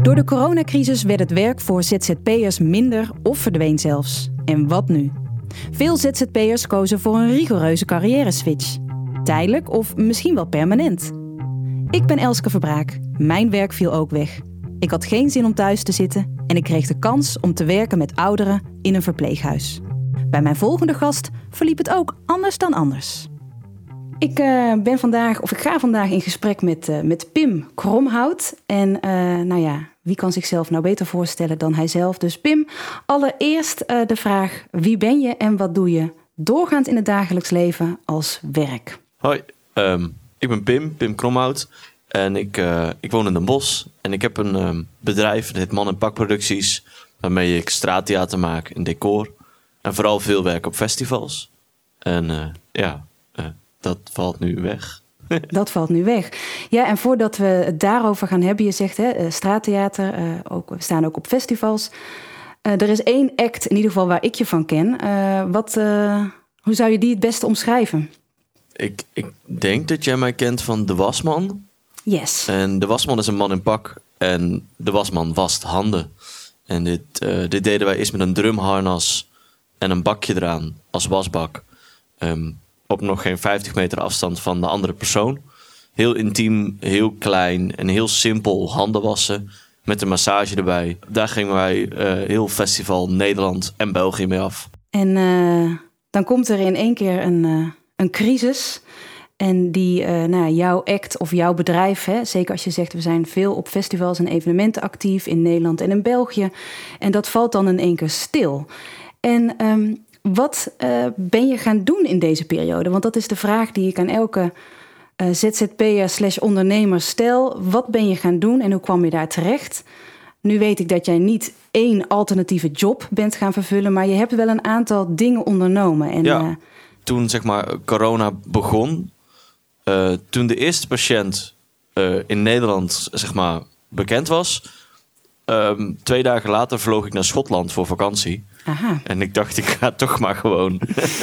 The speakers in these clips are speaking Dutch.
Door de coronacrisis werd het werk voor ZZP'ers minder of verdween zelfs. En wat nu? Veel ZZP'ers kozen voor een rigoureuze carrière-switch. Tijdelijk of misschien wel permanent. Ik ben Elske Verbraak. Mijn werk viel ook weg. Ik had geen zin om thuis te zitten en ik kreeg de kans om te werken met ouderen in een verpleeghuis. Bij mijn volgende gast verliep het ook anders dan anders. Ik ga vandaag in gesprek met Pim Kromhout. En wie kan zichzelf nou beter voorstellen dan hijzelf? Dus Pim, allereerst de vraag: wie ben je en wat doe je doorgaans in het dagelijks leven als werk? Hoi, ik ben Pim Kromhout. En ik woon in Den Bosch. En ik heb een bedrijf, dat heet Man en Pak Producties, waarmee ik straattheater maak en decor. En vooral veel werk op festivals. En dat valt nu weg. Dat valt nu weg. Ja, en voordat we het daarover gaan hebben, je zegt straattheater, we staan ook op festivals. Er is één act, in ieder geval waar ik je van ken. Hoe zou je die het beste omschrijven? Ik denk dat jij mij kent van De Wasman. Yes. En De Wasman is een man in pak. En De Wasman wast handen. En dit deden wij eerst met een drumharnas en een bakje eraan als wasbak. Op nog geen 50 meter afstand van de andere persoon. Heel intiem, heel klein en heel simpel handen wassen. Met een massage erbij. Daar gingen wij heel festival Nederland en België mee af. En dan komt er in één keer een crisis. En jouw act of jouw bedrijf, zeker als je zegt we zijn veel op festivals en evenementen actief in Nederland en in België. En dat valt dan in één keer stil. En wat ben je gaan doen in deze periode? Want dat is de vraag die ik aan elke ZZP'er/ondernemer stel. Wat ben je gaan doen en hoe kwam je daar terecht? Nu weet ik dat jij niet één alternatieve job bent gaan vervullen, maar je hebt wel een aantal dingen ondernomen. En, toen corona begon, toen de eerste patiënt in Nederland bekend was, 2 dagen later vloog ik naar Schotland voor vakantie. Aha. En ik dacht, ik ga toch maar gewoon.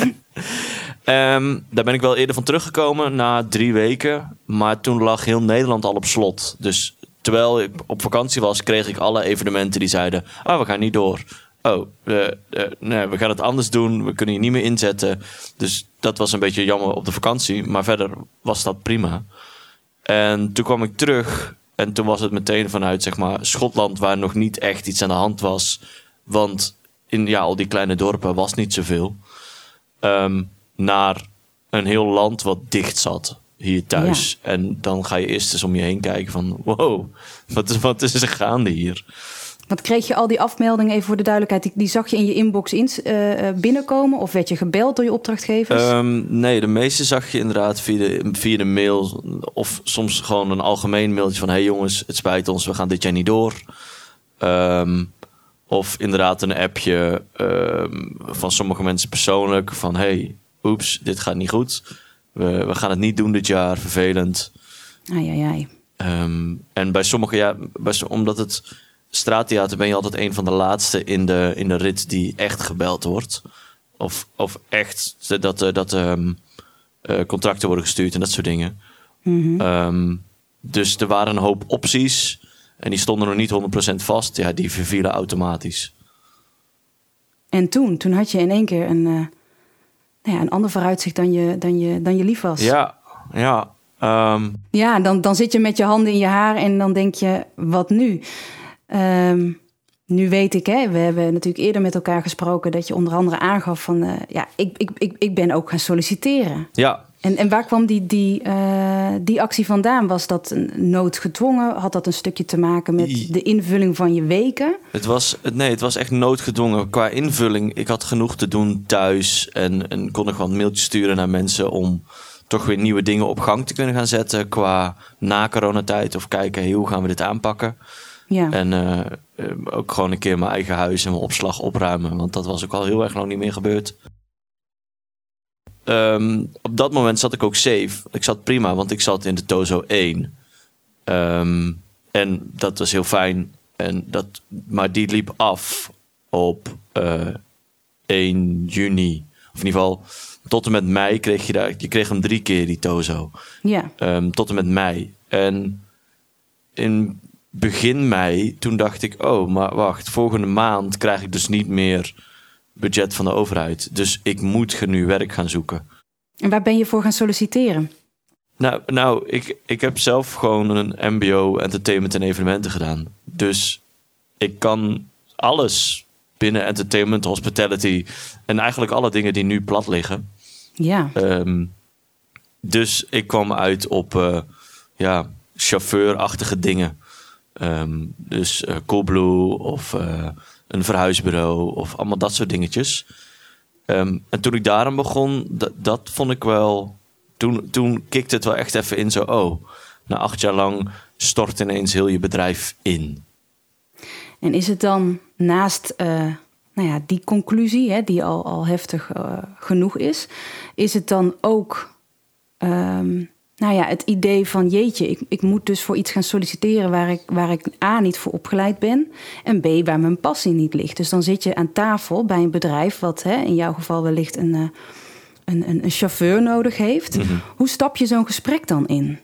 Daar ben ik wel eerder van teruggekomen, na 3 weken. Maar toen lag heel Nederland al op slot. Dus terwijl ik op vakantie was, kreeg ik alle evenementen die zeiden: we gaan niet door. Nee, we gaan het anders doen. We kunnen je niet meer inzetten. Dus dat was een beetje jammer op de vakantie. Maar verder was dat prima. En toen kwam ik terug. En toen was het meteen vanuit Schotland, waar nog niet echt iets aan de hand was. Want in al die kleine dorpen was niet zoveel. Naar een heel land wat dicht zat hier thuis. Ja. En dan ga je eerst eens om je heen kijken van: wow, wat is er gaande hier? Want kreeg je al die afmeldingen, even voor de duidelijkheid, die zag je in je inbox binnenkomen? Of werd je gebeld door je opdrachtgevers? Nee, de meeste zag je inderdaad via de mail. Of soms gewoon een algemeen mailtje van: hey jongens, het spijt ons, we gaan dit jaar niet door. Of inderdaad een appje van sommige mensen persoonlijk van: hey, oeps, dit gaat niet goed. We gaan het niet doen dit jaar, vervelend. Ai. En bij sommigen, omdat het straattheater, ben je altijd een van de laatste in de rit die echt gebeld wordt. Of echt dat contracten worden gestuurd en dat soort dingen. Mm-hmm. Dus er waren een hoop opties en die stonden nog niet 100% vast. Ja, die vervielen automatisch. En toen had je in één keer een ander vooruitzicht dan je lief was. Ja. Ja, dan zit je met je handen in je haar en dan denk je: wat nu? Nu weet ik, we hebben natuurlijk eerder met elkaar gesproken dat je onder andere aangaf van: ik ben ook gaan solliciteren. Ja. En waar kwam die actie vandaan? Was dat noodgedwongen? Had dat een stukje te maken met de invulling van je weken? Het was echt noodgedwongen. Qua invulling, ik had genoeg te doen thuis en kon nog wat mailtjes sturen naar mensen om toch weer nieuwe dingen op gang te kunnen gaan zetten qua na-coronatijd. Of kijken, hoe gaan we dit aanpakken? Ja. En ook gewoon een keer mijn eigen huis en mijn opslag opruimen. Want dat was ook al heel erg lang niet meer gebeurd. Op dat moment zat ik ook safe. Ik zat prima, want ik zat in de Tozo 1. En dat was heel fijn. Maar die liep af op 1 juni. Of in ieder geval, tot en met mei kreeg je kreeg hem 3 keer, die Tozo. Ja. Tot en met mei. En in begin mei, toen dacht ik... oh, maar wacht, volgende maand krijg ik dus niet meer budget van de overheid. Dus ik moet nu werk gaan zoeken. En waar ben je voor gaan solliciteren? Nou, ik heb zelf gewoon een mbo entertainment en evenementen gedaan. Dus ik kan alles binnen entertainment, hospitality... en eigenlijk alle dingen die nu plat liggen. Ja. Dus ik kwam uit op chauffeurachtige dingen. Dus Coolblue of een verhuisbureau of allemaal dat soort dingetjes. En toen ik daaraan begon, dat vond ik wel... Toen kikte het wel echt even in zo... oh, na 8 jaar lang stort ineens heel je bedrijf in. En is het dan naast die conclusie... Hè, die al heftig genoeg is het dan ook... het idee van jeetje, ik moet dus voor iets gaan solliciteren... waar ik A, niet voor opgeleid ben... en B, waar mijn passie niet ligt. Dus dan zit je aan tafel bij een bedrijf... wat in jouw geval wellicht een chauffeur nodig heeft. Mm-hmm. Hoe stap je zo'n gesprek dan in?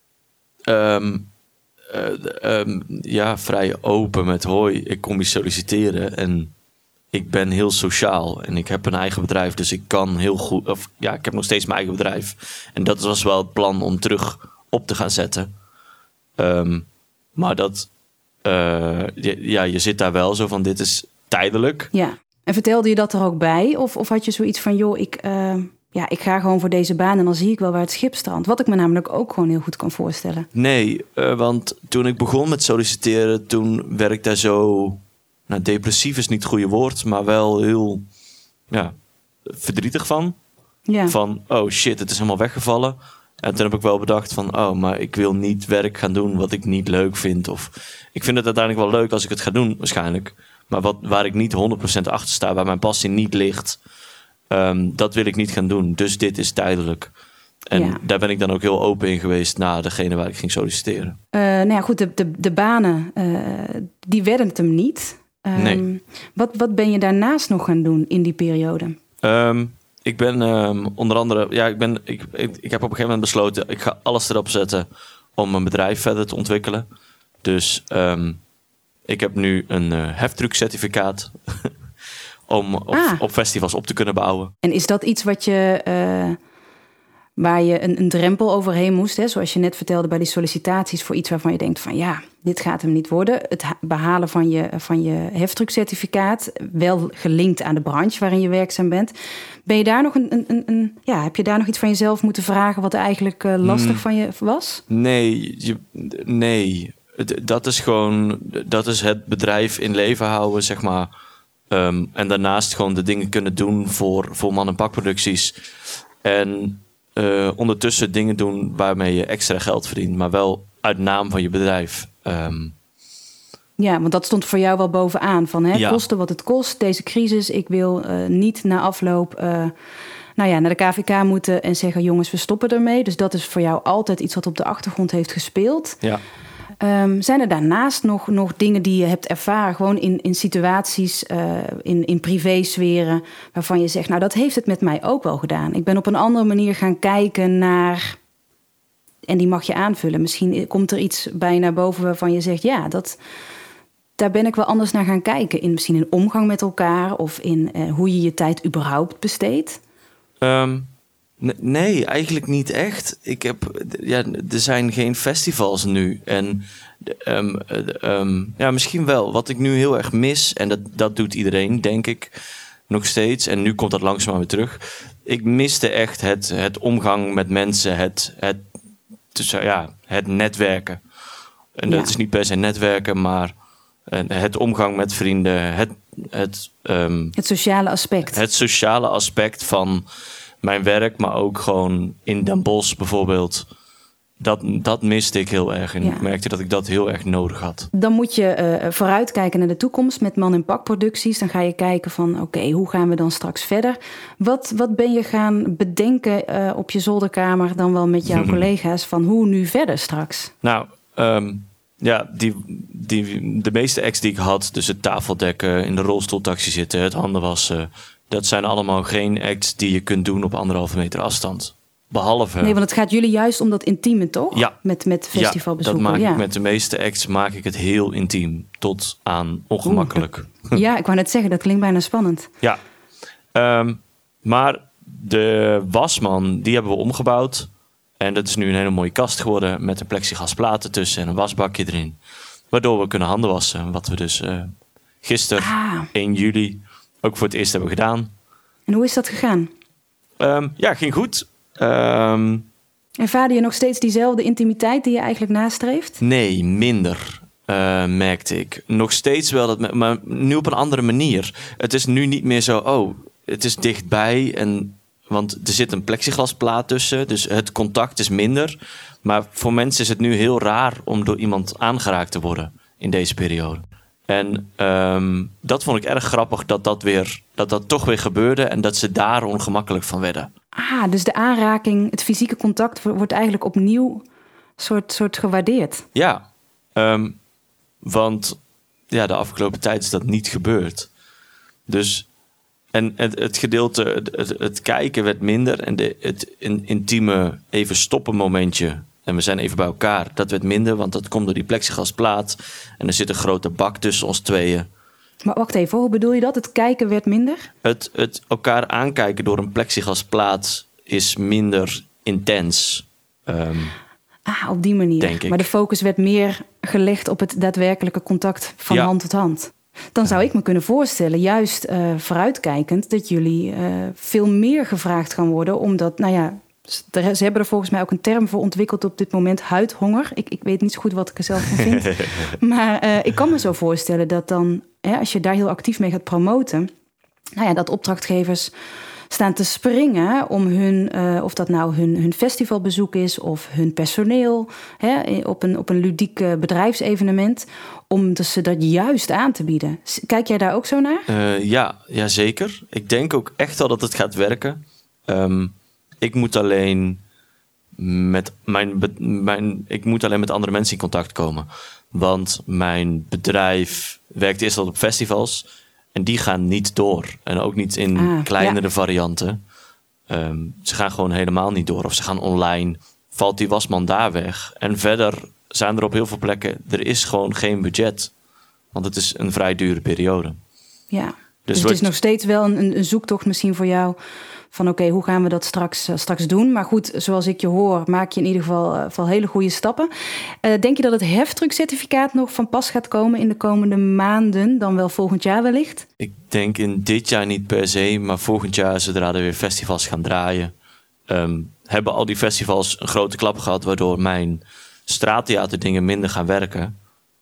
Vrij open met hoi, ik kom hier solliciteren... en ik ben heel sociaal en ik heb een eigen bedrijf... dus ik kan heel goed... ik heb nog steeds mijn eigen bedrijf. En dat was wel het plan om terug op te gaan zetten. Maar dat... je zit daar wel zo van, dit is tijdelijk. Ja, en vertelde je dat er ook bij? Of had je zoiets van, joh, ik ga gewoon voor deze baan... en dan zie ik wel waar het schip strandt. Wat ik me namelijk ook gewoon heel goed kan voorstellen. Nee, want toen ik begon met solliciteren... toen werd ik daar zo... depressief is niet het goede woord... maar wel heel verdrietig van. Ja. Van, oh shit, het is helemaal weggevallen. En toen heb ik wel bedacht van... oh, maar ik wil niet werk gaan doen wat ik niet leuk vind. Of ik vind het uiteindelijk wel leuk als ik het ga doen, waarschijnlijk. Maar waar ik niet 100% achter sta... waar mijn passie niet ligt... dat wil ik niet gaan doen. Dus dit is tijdelijk. En daar ben ik dan ook heel open in geweest... naar degene waar ik ging solliciteren. Goed, de banen... die werden het hem niet... Nee. Wat ben je daarnaast nog gaan doen in die periode? Ik ben onder andere... ik heb op een gegeven moment besloten... ik ga alles erop zetten om mijn bedrijf verder te ontwikkelen. Dus ik heb nu een heftruckcertificaat... om op festivals op te kunnen bouwen. En is dat iets wat je... waar je een drempel overheen moest, hè? Zoals je net vertelde bij die sollicitaties... voor iets waarvan je denkt van dit gaat hem niet worden. Het behalen van je heftruckcertificaat... wel gelinkt aan de branche waarin je werkzaam bent. Ben je daar nog heb je daar nog iets van jezelf moeten vragen... wat eigenlijk lastig van je was? Nee. Dat is gewoon... dat is het bedrijf in leven houden, zeg maar... en daarnaast gewoon de dingen kunnen doen voor man- en pakproducties. En... ondertussen dingen doen waarmee je extra geld verdient... maar wel uit naam van je bedrijf. Ja, want dat stond voor jou wel bovenaan. Van kosten wat het kost, deze crisis. Ik wil niet na afloop naar de KVK moeten... en zeggen, jongens, we stoppen ermee. Dus dat is voor jou altijd iets wat op de achtergrond heeft gespeeld. Ja. Zijn er daarnaast nog dingen die je hebt ervaren... gewoon in situaties, in privésferen... waarvan je zegt, dat heeft het met mij ook wel gedaan. Ik ben op een andere manier gaan kijken naar... en die mag je aanvullen. Misschien komt er iets bij naar boven waarvan je zegt... daar ben ik wel anders naar gaan kijken. Misschien in omgang met elkaar... of in hoe je je tijd überhaupt besteedt. Nee, eigenlijk niet echt. Er zijn geen festivals nu. En misschien wel. Wat ik nu heel erg mis... en dat doet iedereen, denk ik, nog steeds... en nu komt dat langzaam weer terug... ik miste echt het omgang met mensen... het netwerken. En dat is niet per se netwerken... maar het omgang met vrienden... het sociale aspect. Het sociale aspect van... mijn werk, maar ook gewoon in Den Bosch bijvoorbeeld. Dat miste ik heel erg. En ik merkte dat ik dat heel erg nodig had. Dan moet je vooruitkijken naar de toekomst met man- en pakproducties. Dan ga je kijken van, oké, hoe gaan we dan straks verder? Wat ben je gaan bedenken op je zolderkamer... dan wel met jouw collega's van hoe nu verder straks? Nou, de meeste acts die ik had... dus het tafeldekken, in de rolstoeltaxi zitten... het handen wassen... dat zijn allemaal geen acts die je kunt doen op 1,5 meter afstand. Behalve... Nee, want het gaat jullie juist om dat intieme, toch? Ja. Met festivalbezoeken. Dat maak ik met de meeste acts maak ik het heel intiem. Tot aan ongemakkelijk. Ja, ik wou net zeggen, dat klinkt bijna spannend. Ja. Maar de wasman, die hebben we omgebouwd. En dat is nu een hele mooie kast geworden met een plexiglasplaat ertussen en een wasbakje erin. Waardoor we kunnen handen wassen. Wat we dus gisteren, 1 juli, ook voor het eerst hebben gedaan. En hoe is dat gegaan? Ging goed. Ervaarde je nog steeds diezelfde intimiteit die je eigenlijk nastreeft? Nee, minder, merkte ik. Nog steeds wel, maar nu op een andere manier. Het is nu niet meer zo, het is dichtbij. Want er zit een plexiglasplaat tussen, dus het contact is minder. Maar voor mensen is het nu heel raar om door iemand aangeraakt te worden in deze periode. En dat vond ik erg grappig dat toch weer gebeurde en dat ze daar ongemakkelijk van werden. Dus de aanraking, het fysieke contact wordt eigenlijk opnieuw soort gewaardeerd. Ja, want de afgelopen tijd is dat niet gebeurd. Dus, en het gedeelte, het kijken werd minder en het intieme even stoppen momentje. En we zijn even bij elkaar. Dat werd minder, want dat komt door die plexiglasplaat. En er zit een grote bak tussen ons tweeën. Maar wacht even, hoe bedoel je dat? Het kijken werd minder? Het elkaar aankijken door een plexiglasplaat is minder intens. Op die manier. Denk ik. Maar de focus werd meer gelegd op het daadwerkelijke contact van hand tot hand. Dan zou ik me kunnen voorstellen, juist vooruitkijkend, dat jullie veel meer gevraagd gaan worden. Omdat, ze hebben er volgens mij ook een term voor ontwikkeld op dit moment, huidhonger. Ik weet niet zo goed wat ik er zelf van vind. Maar ik kan me zo voorstellen dat dan, als je daar heel actief mee gaat promoten, dat opdrachtgevers staan te springen om of dat nou hun festivalbezoek is of hun personeel op een ludiek bedrijfsevenement, om ze dat juist aan te bieden. Kijk jij daar ook zo naar? Ja, zeker. Ik denk ook echt wel dat het gaat werken. Ik moet alleen met andere mensen in contact komen. Want mijn bedrijf werkt eerst al op festivals. En die gaan niet door. En ook niet in kleinere varianten. Ze gaan gewoon helemaal niet door. Of ze gaan online. Valt die wasman daar weg. En verder zijn er op heel veel plekken, er is gewoon geen budget. Want het is een vrij dure periode. Ja, dus het is nog steeds wel een zoektocht misschien voor jou. Van oké, hoe gaan we dat straks doen? Maar goed, zoals ik je hoor, maak je in ieder geval hele goede stappen. Denk je dat het heftruckcertificaat nog van pas gaat komen in de komende maanden? Dan wel volgend jaar wellicht? Ik denk in dit jaar niet per se, maar volgend jaar, zodra er weer festivals gaan draaien, hebben al die festivals een grote klap gehad, waardoor mijn straattheaterdingen minder gaan werken.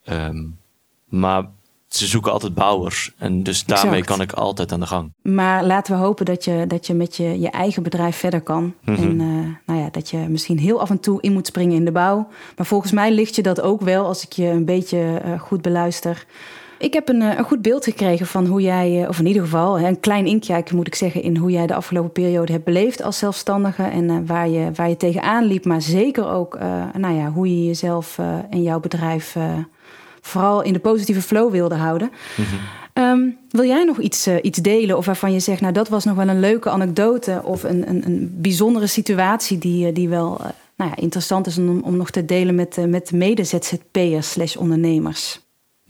Maar ze zoeken altijd bouwers. En dus daarmee kan ik altijd aan de gang. Maar laten we hopen dat je met je eigen bedrijf verder kan. En dat je misschien heel af en toe in moet springen in de bouw. Maar volgens mij ligt je dat ook wel als ik je een beetje goed beluister. Ik heb een goed beeld gekregen van hoe jij, of in ieder geval een klein inkijkje moet ik zeggen, in hoe jij de afgelopen periode hebt beleefd als zelfstandige. En waar je tegenaan liep. Maar zeker ook hoe je jezelf en jouw bedrijf vooral in de positieve flow wilde houden. Wil jij nog iets delen of waarvan je zegt, dat was nog wel een leuke anekdote of een bijzondere situatie die wel interessant is om nog te delen met mede-ZZP'ers/ondernemers?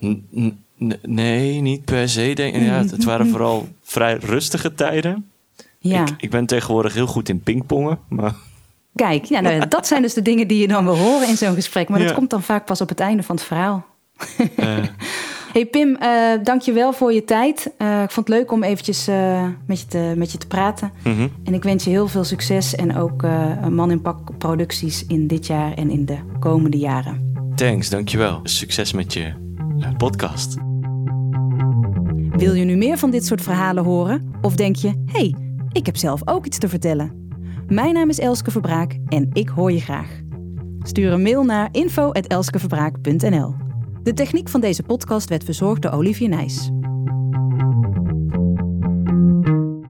Nee, niet per se. Het waren vooral vrij rustige tijden. Ja. Ik ben tegenwoordig heel goed in pingpongen, maar... Kijk, dat zijn dus de dingen die je dan wil horen in zo'n gesprek. Maar dat komt dan vaak pas op het einde van het verhaal. Hey Pim, dank je wel voor je tijd. Ik vond het leuk om eventjes met je te praten. En ik wens je heel veel succes en ook Man in Pak producties in dit jaar en in de komende jaren. Thanks, dankjewel. Succes met je podcast. Wil je nu meer van dit soort verhalen horen? Of denk je, hey, ik heb zelf ook iets te vertellen? Mijn naam is Elske Verbraak en ik hoor je graag. Stuur een mail naar info@elskeverbraak.nl. De techniek van deze podcast werd verzorgd door Olivier Nijs.